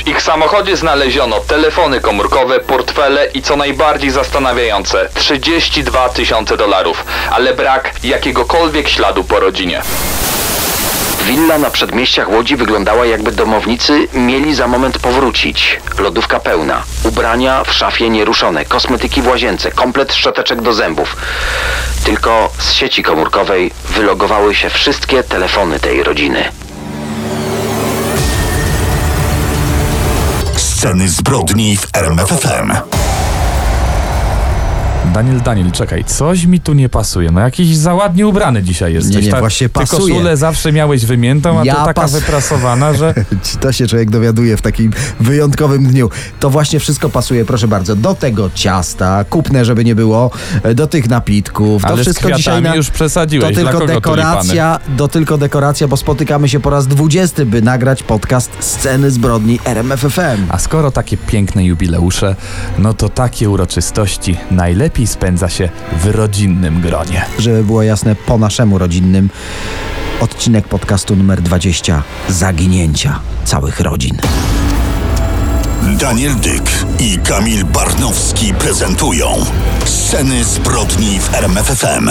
W ich samochodzie znaleziono telefony komórkowe, portfele i co najbardziej zastanawiające, $32,000, ale brak jakiegokolwiek śladu po rodzinie. Willa na przedmieściach Łodzi wyglądała, jakby domownicy mieli za moment powrócić. Lodówka pełna, ubrania w szafie nieruszone, kosmetyki w łazience, komplet szczoteczek do zębów. Tylko z sieci komórkowej wylogowały się wszystkie telefony tej rodziny. Sceny zbrodni w RMF FM. Daniel, czekaj, coś mi tu nie pasuje. No jakiś za ładnie ubrany dzisiaj jesteś. Nie, właśnie pasuje. Ty koszulę zawsze miałeś wymiętą, a tu taka wyprasowana, że... To się człowiek dowiaduje w takim wyjątkowym dniu. To właśnie wszystko pasuje, proszę bardzo, do tego ciasta, kupne, żeby nie było, do tych napitków. Ale to wszystko z dzisiaj już przesadziłeś. To tylko dekoracja, bo spotykamy się po raz 20, by nagrać podcast Sceny zbrodni RMF FM. A skoro takie piękne jubileusze, no to takie uroczystości najlepiej spędza się w rodzinnym gronie. Żeby było jasne, po naszemu rodzinnym, odcinek podcastu numer 20. Zaginięcia całych rodzin. Daniel Dyk i Kamil Barnowski prezentują Sceny zbrodni w RMF FM.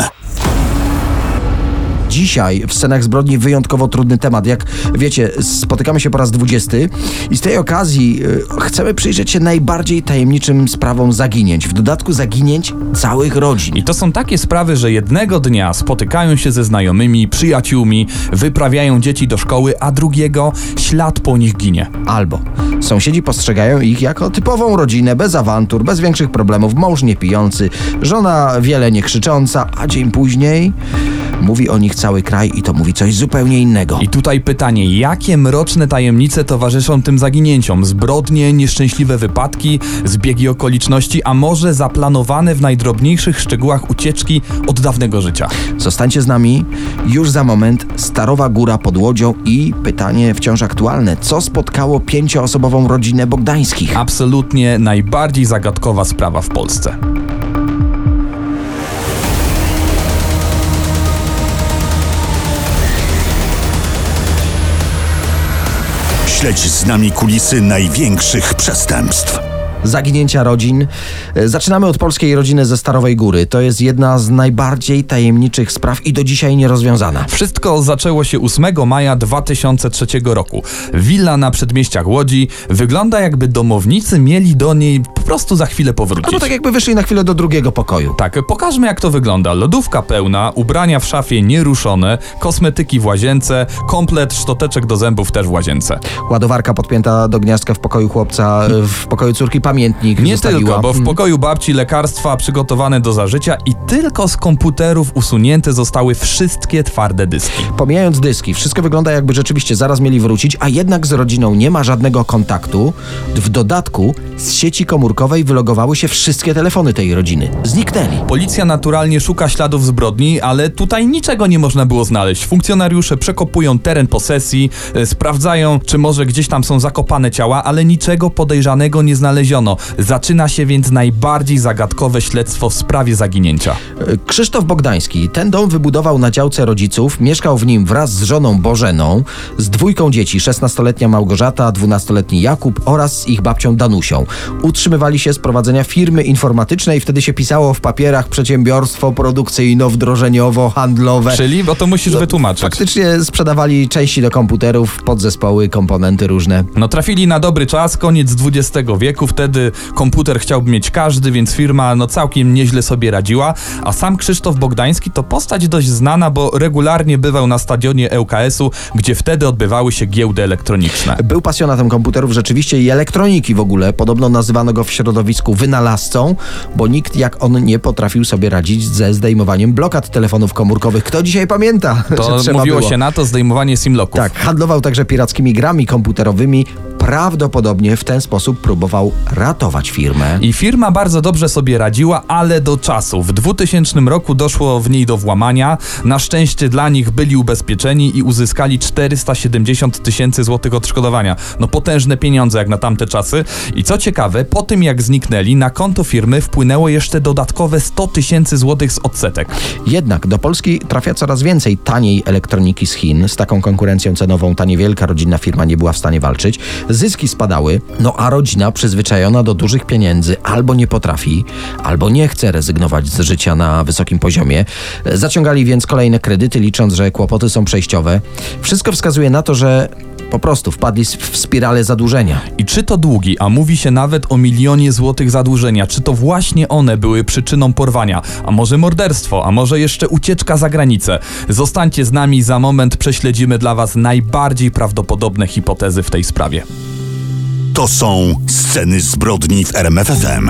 Dzisiaj w Scenach zbrodni wyjątkowo trudny temat. Jak wiecie, spotykamy się po raz 20 i z tej okazji chcemy przyjrzeć się najbardziej tajemniczym sprawom zaginięć. W dodatku zaginięć całych rodzin. I to są takie sprawy, że jednego dnia spotykają się ze znajomymi, przyjaciółmi, wyprawiają dzieci do szkoły, a drugiego ślad po nich ginie. Albo sąsiedzi postrzegają ich jako typową rodzinę, bez awantur, bez większych problemów, mąż nie pijący, żona wiele nie krzycząca, a dzień później mówi o nich cały kraj i to mówi coś zupełnie innego. I tutaj pytanie, jakie mroczne tajemnice towarzyszą tym zaginięciom? Zbrodnie, nieszczęśliwe wypadki, zbiegi okoliczności, a może zaplanowane w najdrobniejszych szczegółach ucieczki od dawnego życia? Zostańcie z nami, już za moment Starowa Góra pod Łodzią i pytanie wciąż aktualne. Co spotkało 5-osobową rodzinę Bogdańskich? Absolutnie najbardziej zagadkowa sprawa w Polsce. Śledź z nami kulisy największych przestępstw. Zaginięcia rodzin. Zaczynamy od polskiej rodziny ze Starowej Góry. To jest jedna z najbardziej tajemniczych spraw i do dzisiaj nierozwiązana. Wszystko zaczęło się 8 maja 2003 roku. Willa na przedmieściach Łodzi wygląda, jakby domownicy mieli do niej po prostu za chwilę powrócić. Albo tak jakby wyszli na chwilę do drugiego pokoju. Tak, pokażmy jak to wygląda. Lodówka pełna, ubrania w szafie nieruszone, kosmetyki w łazience, komplet szczoteczek do zębów też w łazience. Ładowarka podpięta do gniazdka w pokoju chłopca, w pokoju córki pamiętnik Nie zostawiła. tylko, bo w pokoju babci lekarstwa przygotowane do zażycia i tylko z komputerów usunięte zostały wszystkie twarde dyski. Pomijając dyski, wszystko wygląda, jakby rzeczywiście zaraz mieli wrócić, a jednak z rodziną nie ma żadnego kontaktu. W dodatku z sieci komórkowej wylogowały się wszystkie telefony tej rodziny. Zniknęli. Policja naturalnie szuka śladów zbrodni, ale tutaj niczego nie można było znaleźć. Funkcjonariusze przekopują teren posesji, sprawdzają, czy może gdzieś tam są zakopane ciała, ale niczego podejrzanego nie znaleziono. Zaczyna się więc najbardziej zagadkowe śledztwo w sprawie zaginięcia. Krzysztof Bogdański ten dom wybudował na działce rodziców, mieszkał w nim wraz z żoną Bożeną, z 2 dzieci, 16-letnia Małgorzata, 12-letni Jakub oraz z ich babcią Danusią. Utrzymywali się z prowadzenia firmy informatycznej, wtedy się pisało w papierach przedsiębiorstwo produkcyjno-wdrożeniowo-handlowe. Czyli, bo to musisz wytłumaczyć. Faktycznie sprzedawali części do komputerów, podzespoły, komponenty różne. No trafili na dobry czas, koniec XX wieku, wtedy komputer chciałby mieć każdy, więc firma całkiem nieźle sobie radziła, a sam Krzysztof Bogdański to postać dość znana, bo regularnie bywał na stadionie ŁKS-u, gdzie wtedy odbywały się giełdy elektroniczne. Był pasjonatem komputerów rzeczywiście i elektroniki w ogóle. Podobno nazywano go w środowisku wynalazcą, bo nikt jak on nie potrafił sobie radzić ze zdejmowaniem blokad telefonów komórkowych. Kto dzisiaj pamięta, to że trzeba mówiło było? się na to zdejmowanie simlocków. Tak, handlował także pirackimi grami komputerowymi. Prawdopodobnie w ten sposób próbował ratować firmę. I firma bardzo dobrze sobie radziła, ale do czasu. W 2000 roku doszło w niej do włamania. Na szczęście dla nich byli ubezpieczeni i uzyskali 470 000 złotych odszkodowania. Potężne pieniądze jak na tamte czasy. I co ciekawe, po tym jak zniknęli, na konto firmy wpłynęło jeszcze dodatkowe 100 000 złotych z odsetek. Jednak do Polski trafia coraz więcej taniej elektroniki z Chin. Z taką konkurencją cenową ta niewielka rodzinna firma nie była w stanie walczyć. Zyski spadały, a rodzina przyzwyczajona do dużych pieniędzy albo nie potrafi, albo nie chce rezygnować z życia na wysokim poziomie. Zaciągali więc kolejne kredyty, licząc, że kłopoty są przejściowe. Wszystko wskazuje na to, że po prostu wpadli w spiralę zadłużenia. I czy to długi, a mówi się nawet o 1 000 000 złotych zadłużenia, czy to właśnie one były przyczyną porwania? A może morderstwo, a może jeszcze ucieczka za granicę? Zostańcie z nami, za moment prześledzimy dla Was najbardziej prawdopodobne hipotezy w tej sprawie. To są sceny zbrodni w RMF FM.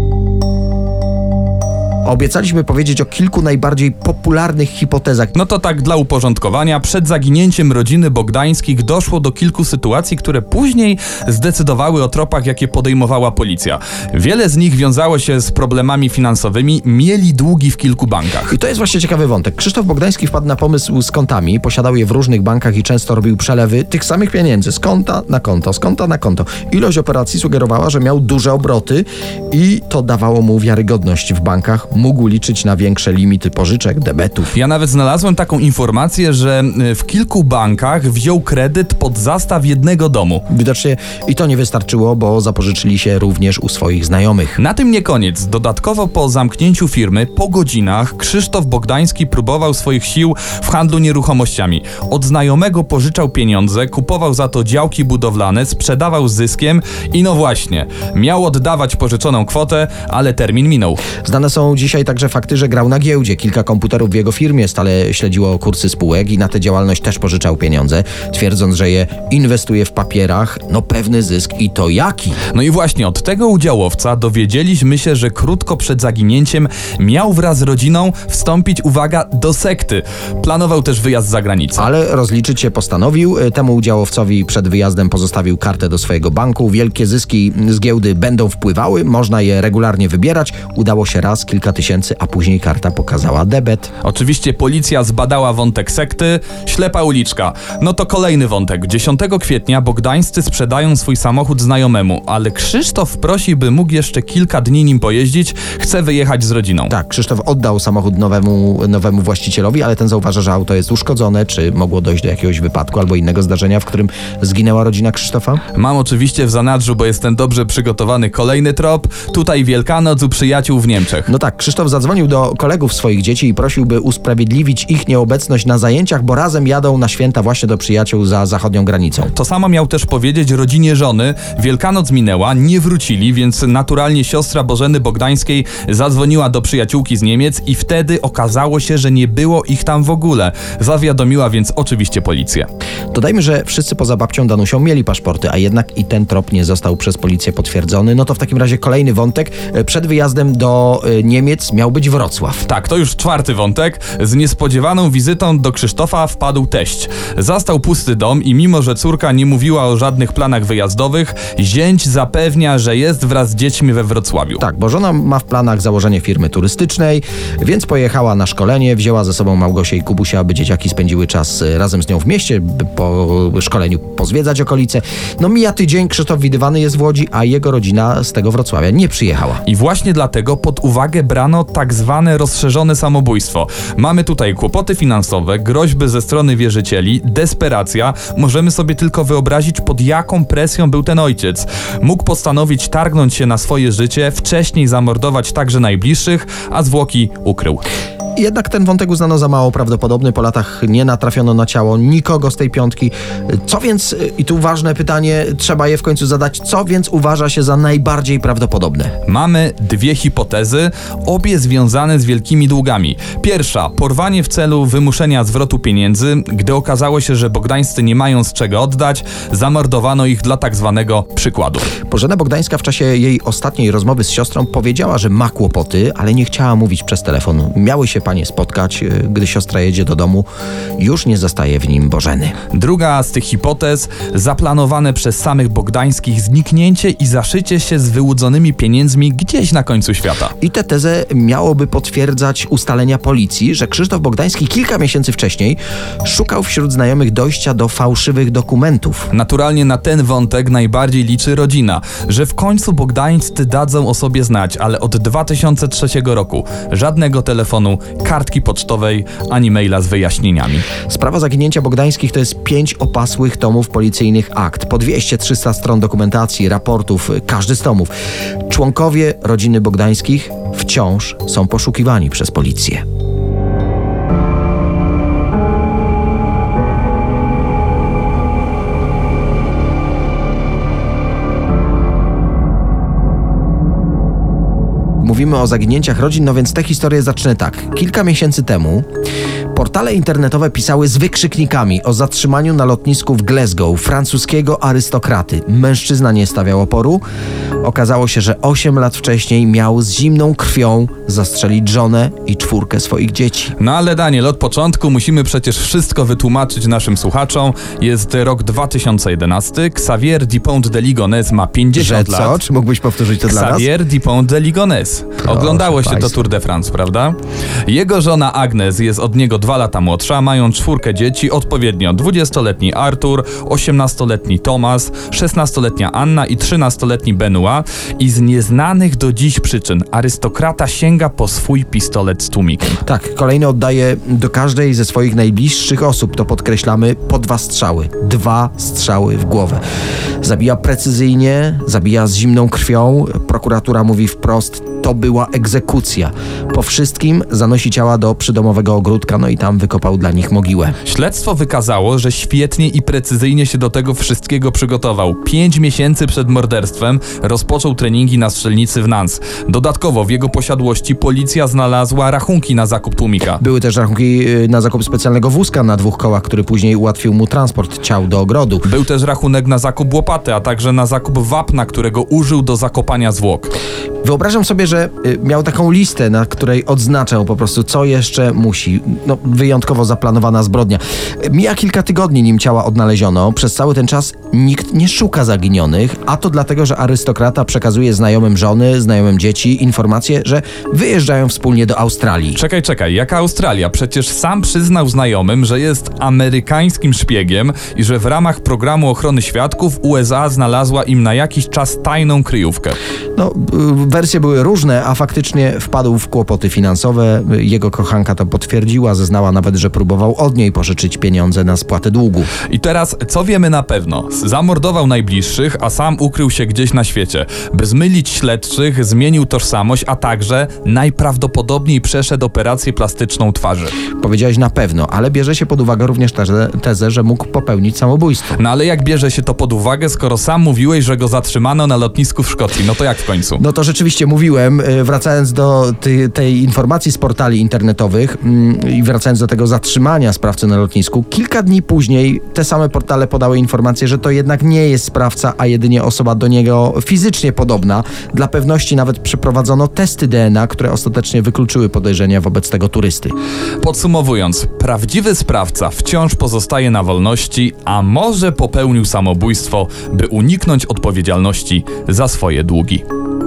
Obiecaliśmy powiedzieć o kilku najbardziej popularnych hipotezach. No to tak dla uporządkowania, przed zaginięciem rodziny Bogdańskich doszło do kilku sytuacji, które później zdecydowały o tropach, jakie podejmowała policja. Wiele z nich wiązało się z problemami finansowymi, mieli długi w kilku bankach. I to jest właśnie ciekawy wątek. Krzysztof Bogdański wpadł na pomysł z kontami, posiadał je w różnych bankach i często robił przelewy tych samych pieniędzy z konta na konto, z konta na konto. Ilość operacji sugerowała, że miał duże obroty i to dawało mu wiarygodność w bankach. Mógł liczyć na większe limity pożyczek, debetów. Ja nawet znalazłem taką informację, że w kilku bankach wziął kredyt pod zastaw jednego domu. Widocznie i to nie wystarczyło, bo zapożyczyli się również u swoich znajomych. Na tym nie koniec. Dodatkowo po zamknięciu firmy, po godzinach, Krzysztof Bogdański próbował swoich sił w handlu nieruchomościami. Od znajomego pożyczał pieniądze, kupował za to działki budowlane, sprzedawał z zyskiem i no właśnie, miał oddawać pożyczoną kwotę, ale termin minął. Znane są dzisiaj także fakty, że grał na giełdzie. Kilka komputerów w jego firmie stale śledziło kursy spółek i na tę działalność też pożyczał pieniądze, twierdząc, że je inwestuje w papierach. Pewny zysk i to jaki? No i właśnie od tego udziałowca dowiedzieliśmy się, że krótko przed zaginięciem miał wraz z rodziną wstąpić, uwaga, do sekty. Planował też wyjazd za granicę. Ale rozliczyć się postanowił. Temu udziałowcowi przed wyjazdem pozostawił kartę do swojego banku. Wielkie zyski z giełdy będą wpływały, można je regularnie wybierać. Udało się raz, kilka tysięcy, a później karta pokazała debet. Oczywiście policja zbadała wątek sekty, ślepa uliczka. No to kolejny wątek. 10 kwietnia Bogdańscy sprzedają swój samochód znajomemu, ale Krzysztof prosi, by mógł jeszcze kilka dni nim pojeździć, chce wyjechać z rodziną. Tak, Krzysztof oddał samochód nowemu właścicielowi, ale ten zauważa, że auto jest uszkodzone, czy mogło dojść do jakiegoś wypadku albo innego zdarzenia, w którym zginęła rodzina Krzysztofa? Mam oczywiście w zanadrzu, bo jestem dobrze przygotowany, kolejny trop. Tutaj Wielkanoc u przyjaciół w Niemczech. No tak, Krzysztof zadzwonił do kolegów swoich dzieci i prosił, by usprawiedliwić ich nieobecność na zajęciach, bo razem jadą na święta właśnie do przyjaciół za zachodnią granicą. To samo miał też powiedzieć rodzinie żony. Wielkanoc minęła, nie wrócili, więc naturalnie siostra Bożeny Bogdańskiej zadzwoniła do przyjaciółki z Niemiec i wtedy okazało się, że nie było ich tam w ogóle. Zawiadomiła więc oczywiście policję. Dodajmy, że wszyscy poza babcią Danusią mieli paszporty, a jednak i ten trop nie został przez policję potwierdzony. No to w takim razie kolejny wątek. Przed wyjazdem do Niemiec miał być Wrocław. Tak, to już 4. wątek. Z niespodziewaną wizytą do Krzysztofa wpadł teść. Zastał pusty dom i mimo, że córka nie mówiła o żadnych planach wyjazdowych, zięć zapewnia, że jest wraz z dziećmi we Wrocławiu. Tak, bo żona ma w planach założenie firmy turystycznej, więc pojechała na szkolenie, wzięła ze sobą Małgosię i Kubusia, aby dzieciaki spędziły czas razem z nią w mieście, by po szkoleniu pozwiedzać okolice. Mija tydzień, Krzysztof widywany jest w Łodzi, a jego rodzina z tego Wrocławia nie przyjechała. I właśnie dlatego pod uwagę brano tak zwane rozszerzone samobójstwo. Mamy tutaj kłopoty finansowe, groźby ze strony wierzycieli, desperacja. Możemy sobie tylko wyobrazić, pod jaką presją był ten ojciec. Mógł postanowić targnąć się na swoje życie, wcześniej zamordować także najbliższych, a zwłoki ukrył. Jednak ten wątek uznano za mało prawdopodobny. Po latach nie natrafiono na ciało nikogo z tej piątki. Co więc, i tu ważne pytanie, trzeba je w końcu zadać, co więc uważa się za najbardziej prawdopodobne? Mamy 2 hipotezy, obie związane z wielkimi długami. Pierwsza, porwanie w celu wymuszenia zwrotu pieniędzy. Gdy okazało się, że Bogdańscy nie mają z czego oddać, zamordowano ich dla tak zwanego przykładu. Bożena Bogdańska w czasie jej ostatniej rozmowy z siostrą powiedziała, że ma kłopoty, ale nie chciała mówić przez telefon. Miały się panie spotkać, gdy siostra jedzie do domu, już nie zostaje w nim Bożeny. Druga z tych hipotez, zaplanowane przez samych Bogdańskich zniknięcie i zaszycie się z wyłudzonymi pieniędzmi gdzieś na końcu świata. I tę tezę miałoby potwierdzać ustalenia policji, że Krzysztof Bogdański kilka miesięcy wcześniej szukał wśród znajomych dojścia do fałszywych dokumentów. Naturalnie na ten wątek najbardziej liczy rodzina, że w końcu Bogdańscy dadzą o sobie znać, ale od 2003 roku żadnego telefonu kartki pocztowej ani maila z wyjaśnieniami. Sprawa zaginięcia Bogdańskich to jest 5 opasłych tomów policyjnych akt. Po 200-300 stron dokumentacji, raportów, każdy z tomów. Członkowie rodziny Bogdańskich wciąż są poszukiwani przez policję. Mówimy o zaginięciach rodzin, no więc tę historię zacznę tak. Kilka miesięcy temu portale internetowe pisały z wykrzyknikami o zatrzymaniu na lotnisku w Glasgow francuskiego arystokraty. Mężczyzna nie stawiał oporu. Okazało się, że 8 lat wcześniej miał z zimną krwią zastrzelić żonę i 4 swoich dzieci. No ale Daniel, od początku musimy przecież wszystko wytłumaczyć naszym słuchaczom. Jest rok 2011. Xavier Dupont de Ligonnès ma 50 lat. Co? Czy mógłbyś powtórzyć to dla nas? Xavier Dupont de Ligonnès. Oglądało się państwa. to Tour de France, prawda? Jego żona Agnes jest od niego 2 lata młodsza, mają 4 dzieci, odpowiednio 20-letni Artur, 18-letni Thomas, 16-letnia Anna i 13-letni Benoit. I z nieznanych do dziś przyczyn arystokrata sięga po swój pistolet z tłumikiem. Tak, kolejny oddaje do każdej ze swoich najbliższych osób, to podkreślamy, po 2 strzały. 2 strzały w głowę. Zabija precyzyjnie, zabija z zimną krwią. Prokuratura mówi wprost, to była egzekucja. Po wszystkim zanosi ciała do przydomowego ogródka, no i tam wykopał dla nich mogiłę. Śledztwo wykazało, że świetnie i precyzyjnie się do tego wszystkiego przygotował. 5 miesięcy przed morderstwem rozpoczął treningi na strzelnicy w Nantes. Dodatkowo w jego posiadłości policja znalazła rachunki na zakup tłumika. Były też rachunki na zakup specjalnego wózka na 2 kołach, który później ułatwił mu transport ciał do ogrodu. Był też rachunek na zakup łopaty, a także na zakup wapna, którego użył do zakopania zwłok. Wyobrażam sobie, że miał taką listę, na której odznaczał po prostu, co jeszcze musi. No, wyjątkowo zaplanowana zbrodnia. Mija kilka tygodni, nim ciała odnaleziono. Przez cały ten czas nikt nie szuka zaginionych, a to dlatego, że arystokrata przekazuje znajomym żony, znajomym dzieci informację, że wyjeżdżają wspólnie do Australii. Czekaj, jaka Australia? Przecież sam przyznał znajomym, że jest amerykańskim szpiegiem i że w ramach programu ochrony świadków USA znalazła im na jakiś czas tajną kryjówkę. No, wersje były różne, a faktycznie wpadł w kłopoty finansowe. Jego kochanka to potwierdziła, zeznała nawet, że próbował od niej pożyczyć pieniądze na spłatę długu. I teraz, co wiemy na pewno? Zamordował najbliższych, a sam ukrył się gdzieś na świecie. By zmylić śledczych, zmienił tożsamość, a także najprawdopodobniej przeszedł operację plastyczną twarzy. Powiedziałeś na pewno, ale bierze się pod uwagę również tezę, że mógł popełnić samobójstwo. No ale jak bierze się to pod uwagę, skoro sam mówiłeś, że go zatrzymano na lotnisku w Szkocji? No to jak w końcu? No to rzeczywiście mówiłem, wracając do tej informacji z portali internetowych i wracając do tego zatrzymania sprawcy na lotnisku, kilka dni później te same portale podały informację, że to jednak nie jest sprawca, a jedynie osoba do niego fizycznie podobna. Dla pewności nawet przeprowadzono testy DNA, które ostatecznie wykluczyły podejrzenia wobec tego turysty. Podsumowując, prawdziwy sprawca wciąż pozostaje na wolności, a może popełnił samobójstwo, by uniknąć odpowiedzialności za swoje długi.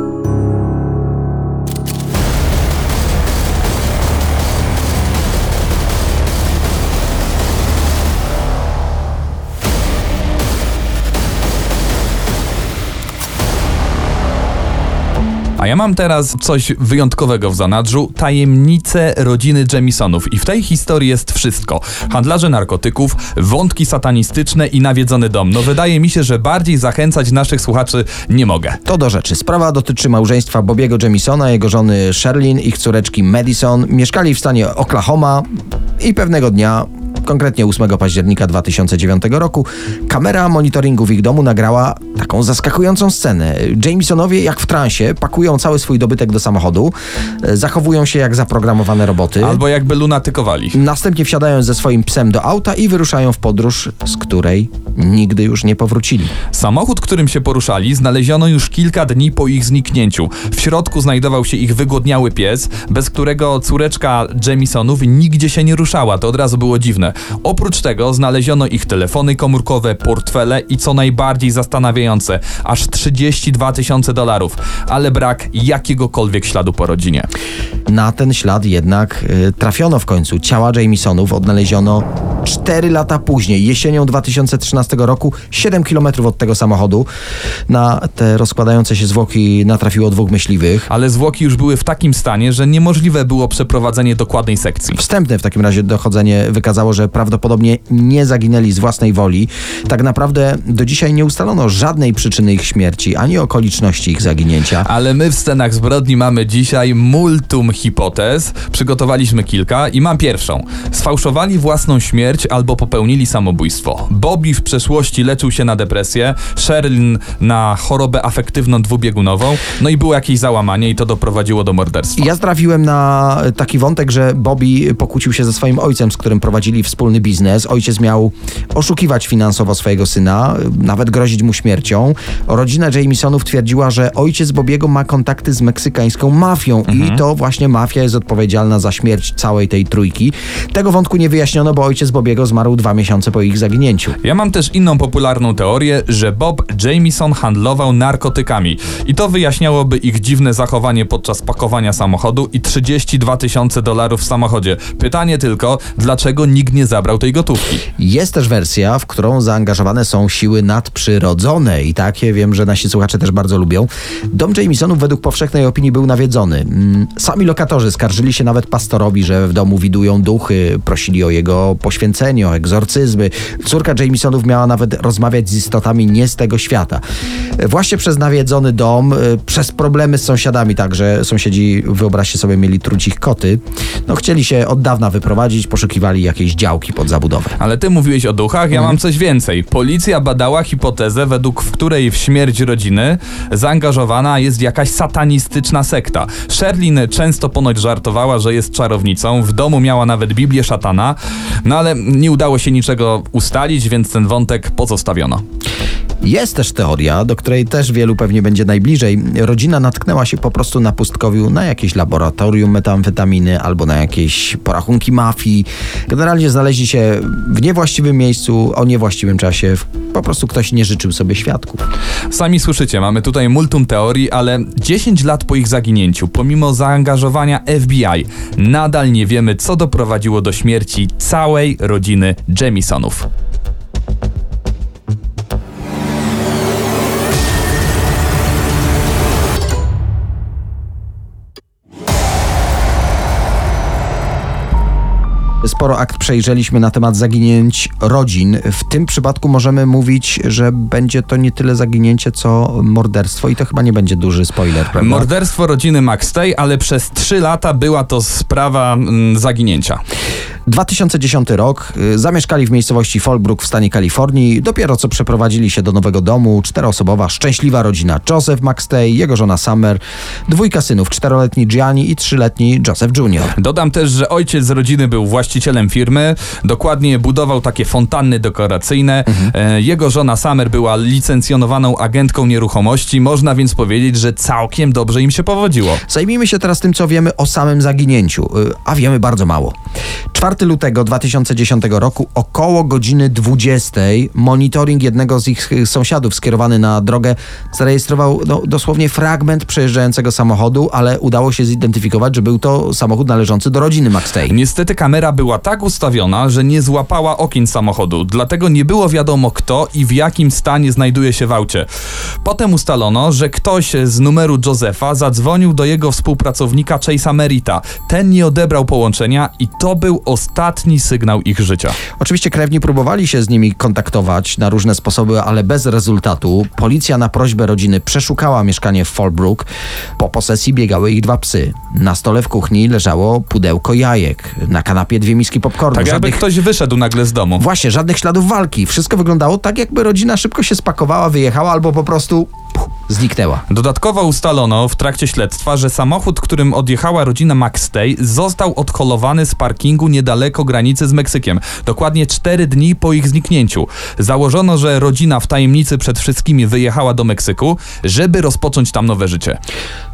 A ja mam teraz coś wyjątkowego w zanadrzu. Tajemnice rodziny Jamisonów. I w tej historii jest wszystko. Handlarze narkotyków, wątki satanistyczne i nawiedzony dom. No wydaje mi się, że bardziej zachęcać naszych słuchaczy nie mogę. To do rzeczy. Sprawa dotyczy małżeństwa Bobiego Jamisona, jego żony Sherlyn, ich córeczki Madison. Mieszkali w stanie Oklahoma i pewnego dnia, konkretnie 8 października 2009 roku, kamera monitoringu w ich domu nagrała taką zaskakującą scenę. Jamisonowie jak w transie pakują cały swój dobytek do samochodu, zachowują się jak zaprogramowane roboty. Albo jakby lunatykowali. Następnie wsiadają ze swoim psem do auta i wyruszają w podróż, z której nigdy już nie powrócili. Samochód, którym się poruszali, znaleziono już kilka dni po ich zniknięciu. W środku znajdował się ich wygłodniały pies, bez którego córeczka Jamisonów nigdzie się nie ruszała. To od razu było dziwne. Oprócz tego znaleziono ich telefony komórkowe, portfele i co najbardziej zastanawiające, aż $32,000, ale brak jakiegokolwiek śladu po rodzinie. Na ten ślad jednak trafiono w końcu. Ciała Jamisonów odnaleziono 4 lata później, jesienią 2013 roku, 7 km od tego samochodu, na te rozkładające się zwłoki natrafiło 2 myśliwych. Ale zwłoki już były w takim stanie, że niemożliwe było przeprowadzenie dokładnej sekcji. Wstępne w takim razie dochodzenie wykazało, że prawdopodobnie nie zaginęli z własnej woli. Tak naprawdę do dzisiaj nie ustalono żadnej przyczyny ich śmierci, ani okoliczności ich zaginięcia. Ale my w Scenach Zbrodni mamy dzisiaj multum hipotez. Przygotowaliśmy kilka i mam pierwszą. Sfałszowali własną śmierć albo popełnili samobójstwo. Bobby w przeszłości leczył się na depresję, Sherilyn na chorobę afektywną dwubiegunową, no i było jakieś załamanie i to doprowadziło do morderstwa. Ja trafiłem na taki wątek, że Bobby pokłócił się ze swoim ojcem, z którym prowadzili wspólny biznes. Ojciec miał oszukiwać finansowo swojego syna, nawet grozić mu śmiercią. Rodzina Jamisonów twierdziła, że ojciec Bobbiego ma kontakty z meksykańską mafią i to właśnie mafia jest odpowiedzialna za śmierć całej tej trójki. Tego wątku nie wyjaśniono, bo ojciec Bobbiego zmarł 2 miesiące po ich zaginięciu. Ja mam też inną popularną teorię, że Bob Jamison handlował narkotykami i to wyjaśniałoby ich dziwne zachowanie podczas pakowania samochodu i $32,000 w samochodzie. Pytanie tylko, dlaczego nikt nie zabrał tej gotówki? Jest też wersja, w którą zaangażowane są siły nadprzyrodzone i takie wiem, że nasi słuchacze też bardzo lubią. Dom Jamisonów według powszechnej opinii był nawiedzony. Sami lokatorzy skarżyli się nawet pastorowi, że w domu widują duchy, prosili o jego poświęcenie, o egzorcyzmy. Córka Jamisonów miała nawet rozmawiać z istotami nie z tego świata. Właśnie przez nawiedzony dom, przez problemy z sąsiadami także, sąsiedzi, wyobraźcie sobie, mieli truć ich koty, chcieli się od dawna wyprowadzić, poszukiwali jakiejś działki pod zabudowę. Ale ty mówiłeś o duchach, ja mam coś więcej. Policja badała hipotezę, według której w śmierć rodziny zaangażowana jest jakaś satanistyczna sekta. Sherilyn często ponoć żartowała, że jest czarownicą, w domu miała nawet Biblię szatana, ale nie udało się niczego ustalić, więc ten wątek pozostawiono. Jest też teoria, do której też wielu pewnie będzie najbliżej. Rodzina natknęła się po prostu na pustkowiu na jakieś laboratorium metamfetaminy albo na jakieś porachunki mafii. Generalnie znaleźli się w niewłaściwym miejscu, o niewłaściwym czasie. Po prostu ktoś nie życzył sobie świadków. Sami słyszycie, mamy tutaj multum teorii, ale 10 lat po ich zaginięciu, pomimo zaangażowania FBI, nadal nie wiemy, co doprowadziło do śmierci całej rodziny Jamisonów. Sporo akt przejrzeliśmy na temat zaginięć rodzin. W tym przypadku możemy mówić, że będzie to nie tyle zaginięcie, co morderstwo i to chyba nie będzie duży spoiler, prawda? Morderstwo rodziny McStay, ale przez 3 lata była to sprawa zaginięcia. 2010 rok. Zamieszkali w miejscowości Fallbrook w stanie Kalifornii. Dopiero co przeprowadzili się do nowego domu. 4-osobowa, szczęśliwa rodzina. Joseph McStay, jego żona Summer, 2 synów, 4-letni Gianni i 3-letni Joseph Jr. Dodam też, że ojciec z rodziny był właścicielem firmy. Dokładnie budował takie fontanny dekoracyjne. Jego żona Summer była licencjonowaną agentką nieruchomości. Można więc powiedzieć, że całkiem dobrze im się powodziło. Zajmijmy się teraz tym, co wiemy o samym zaginięciu. A wiemy bardzo mało. 4 lutego 2010 roku około godziny 20 monitoring jednego z ich sąsiadów skierowany na drogę zarejestrował dosłownie fragment przejeżdżającego samochodu, ale udało się zidentyfikować, że był to samochód należący do rodziny McStay. Niestety kamera była tak ustawiona, że nie złapała okien samochodu, dlatego nie było wiadomo kto i w jakim stanie znajduje się w aucie. Potem ustalono, że ktoś z numeru Josepha zadzwonił do jego współpracownika Chase'a Merritta. Ten nie odebrał połączenia i to był ostatni sygnał ich życia. Oczywiście krewni próbowali się z nimi kontaktować na różne sposoby, ale bez rezultatu. Policja na prośbę rodziny przeszukała mieszkanie w Fallbrook. Po posesji biegały ich 2 psy. Na stole w kuchni leżało pudełko jajek. Na kanapie 2 miski popcornu. Tak jakby ktoś wyszedł nagle z domu. Właśnie, żadnych śladów walki. Wszystko wyglądało tak, jakby rodzina szybko się spakowała, wyjechała albo po prostu zniknęła. Dodatkowo ustalono w trakcie śledztwa, że samochód, którym odjechała rodzina McStay, został odholowany z parkingu niedaleko granicy z Meksykiem. Dokładnie 4 dni po ich zniknięciu. Założono, że rodzina w tajemnicy przed wszystkimi wyjechała do Meksyku, żeby rozpocząć tam nowe życie.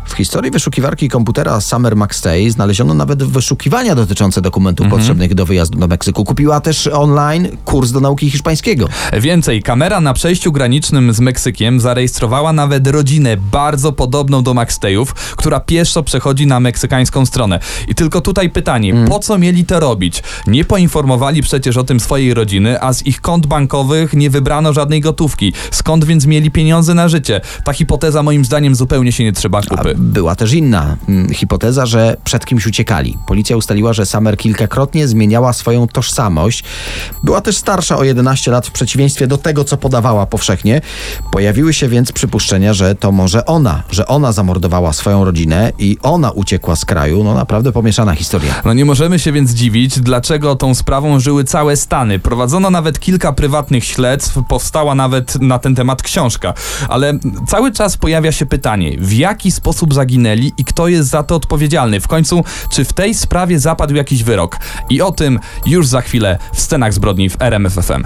W historii wyszukiwarki komputera Summer McStay znaleziono nawet wyszukiwania dotyczące dokumentów potrzebnych do wyjazdu do Meksyku. Kupiła też online kurs do nauki hiszpańskiego. Więcej, kamera na przejściu granicznym z Meksykiem zarejestrowała nawet rodzinę bardzo podobną do McStayów, która pieszo przechodzi na meksykańską stronę. I tylko tutaj pytanie, po co mieli to robić? Nie poinformowali przecież o tym swojej rodziny, a z ich kont bankowych nie wybrano żadnej gotówki. Skąd więc mieli pieniądze na życie? Ta hipoteza moim zdaniem zupełnie się nie trzyma kupy. Była też inna hipoteza, że przed kimś uciekali. Policja ustaliła, że Summer kilkakrotnie zmieniała swoją tożsamość. Była też starsza o 11 lat w przeciwieństwie do tego, co podawała powszechnie. Pojawiły się więc przypuszczenia, że to może że ona zamordowała swoją rodzinę i ona uciekła z kraju. No naprawdę pomieszana historia. No nie możemy się więc dziwić, dlaczego tą sprawą żyły całe Stany. Prowadzono nawet kilka prywatnych śledztw, powstała nawet na ten temat książka. Ale cały czas pojawia się pytanie, w jaki sposób zaginęli i kto jest za to odpowiedzialny? W końcu, czy w tej sprawie zapadł jakiś wyrok? I o tym już za chwilę w Scenach zbrodni w RMF FM.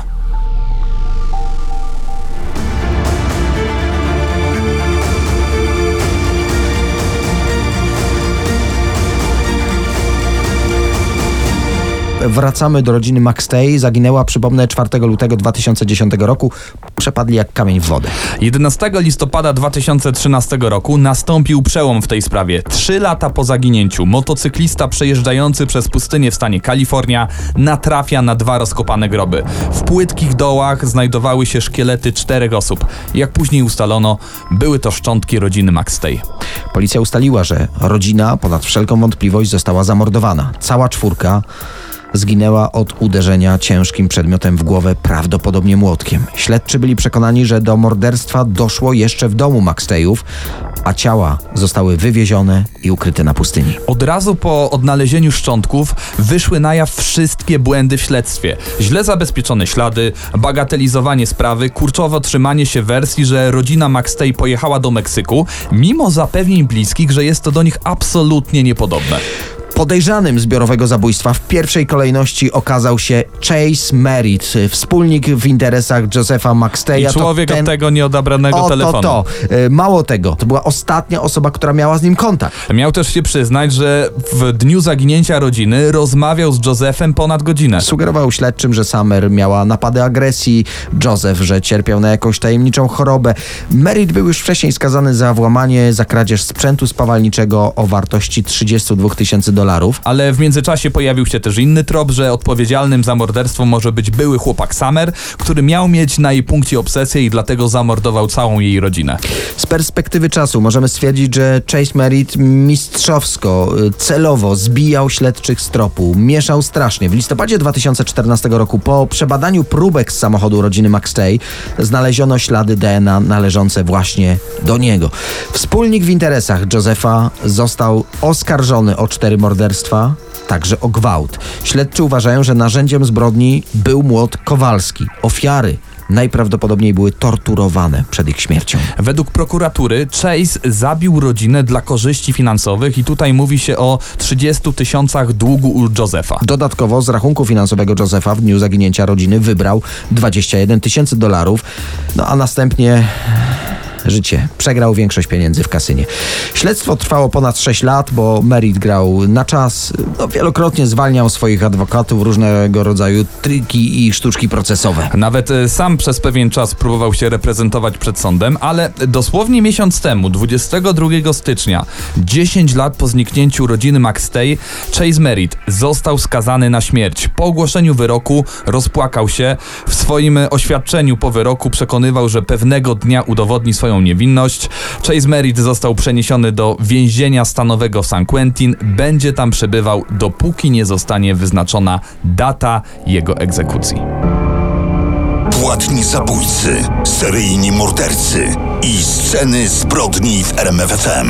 Wracamy do rodziny McStay. Zaginęła, przypomnę, 4 lutego 2010 roku. Przepadli jak kamień w wodę. 11 listopada 2013 roku nastąpił przełom w tej sprawie. 3 lata po zaginięciu motocyklista przejeżdżający przez pustynię w stanie Kalifornia natrafia na 2 rozkopane groby. W płytkich dołach znajdowały się szkielety 4 osób. Jak później ustalono, były to szczątki rodziny McStay. Policja ustaliła, że rodzina ponad wszelką wątpliwość została zamordowana. Cała 4 zginęła od uderzenia ciężkim przedmiotem w głowę, prawdopodobnie młotkiem. Śledczy byli przekonani, że do morderstwa doszło jeszcze w domu McStayów, a ciała zostały wywiezione i ukryte na pustyni. Od razu po odnalezieniu szczątków wyszły na jaw wszystkie błędy w śledztwie. Źle zabezpieczone ślady, bagatelizowanie sprawy, kurczowo trzymanie się wersji, że rodzina McStay pojechała do Meksyku, mimo zapewnień bliskich, że jest to do nich absolutnie niepodobne. Podejrzanym zbiorowego zabójstwa w pierwszej kolejności okazał się Chase Merritt, wspólnik w interesach Josepha McStaya. I człowiek od tego nieodebranego telefonu. Mało tego, to była ostatnia osoba, która miała z nim kontakt. Miał też się przyznać, że w dniu zaginięcia rodziny rozmawiał z Josephem ponad godzinę. Sugerował śledczym, że Summer miała napady agresji, Joseph, że cierpiał na jakąś tajemniczą chorobę. Merritt był już wcześniej skazany za włamanie, za kradzież sprzętu spawalniczego o wartości $32,000. Ale w międzyczasie pojawił się też inny trop, że odpowiedzialnym za morderstwo może być były chłopak Summer, który miał mieć na jej punkcie obsesję i dlatego zamordował całą jej rodzinę. Z perspektywy czasu możemy stwierdzić, że Chase Merritt mistrzowsko, celowo zbijał śledczych z tropu, mieszał strasznie. W listopadzie 2014 roku po przebadaniu próbek z samochodu rodziny McStay znaleziono ślady DNA należące właśnie do niego. Wspólnik w interesach Josepha został oskarżony o 4 morderstwa, także o gwałt. Śledczy uważają, że narzędziem zbrodni był młot Kowalski. Ofiary najprawdopodobniej były torturowane przed ich śmiercią. Według prokuratury Chase zabił rodzinę dla korzyści finansowych i tutaj mówi się o 30 000 długu u Josepha. Dodatkowo z rachunku finansowego Josepha w dniu zaginięcia rodziny wybrał $21,000, no a następnie życie. Przegrał większość pieniędzy w kasynie. Śledztwo trwało ponad 6 lat, bo Merritt grał na czas. Wielokrotnie zwalniał swoich adwokatów, różnego rodzaju triki i sztuczki procesowe. Nawet sam przez pewien czas próbował się reprezentować przed sądem, ale dosłownie miesiąc temu, 22 stycznia, 10 lat po zniknięciu rodziny McStay, Chase Merritt został skazany na śmierć. Po ogłoszeniu wyroku rozpłakał się. W swoim oświadczeniu po wyroku przekonywał, że pewnego dnia udowodni swoją niewinność. Chase Merritt został przeniesiony do więzienia stanowego w San Quentin. Będzie tam przebywał, dopóki nie zostanie wyznaczona data jego egzekucji. Płatni zabójcy, seryjni mordercy i sceny zbrodni w RMF FM.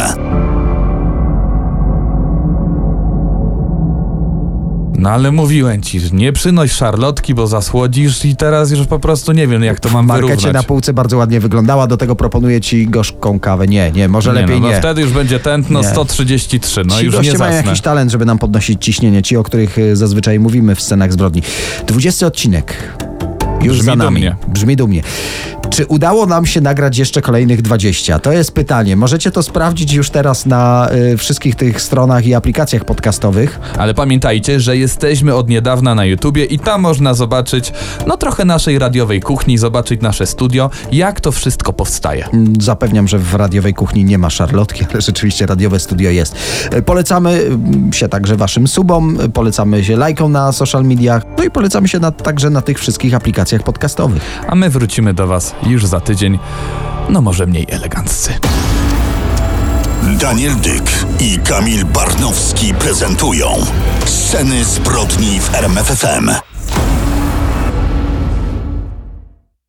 No ale mówiłem ci, że nie przynoś szarlotki, bo zasłodzisz i teraz już po prostu nie wiem, jak to mam wyrównać. W markecie na półce bardzo ładnie wyglądała, do tego proponuję ci gorzką kawę. Nie, może lepiej nie. No wtedy już będzie tętno 133, no ci już nie goście zasnę. mają jakiś talent, żeby nam podnosić ciśnienie, ci, o których zazwyczaj mówimy w scenach zbrodni. 20 odcinek. Już Brzmi za nami. dumnie. Brzmi dumnie. Czy udało nam się nagrać jeszcze kolejnych 20? To jest pytanie. Możecie to sprawdzić już teraz na wszystkich tych stronach i aplikacjach podcastowych. Ale pamiętajcie, że jesteśmy od niedawna na YouTubie i tam można zobaczyć, trochę naszej radiowej kuchni, zobaczyć nasze studio, jak to wszystko powstaje. Zapewniam, że w radiowej kuchni nie ma szarlotki, ale rzeczywiście radiowe studio jest. Polecamy się także waszym subom, polecamy się lajkom na social mediach, i polecamy się także na tych wszystkich aplikacjach podcastowych. A my wrócimy do was już za tydzień, może mniej eleganccy. Daniel Dyk i Kamil Barnowski prezentują Sceny zbrodni w RMF FM.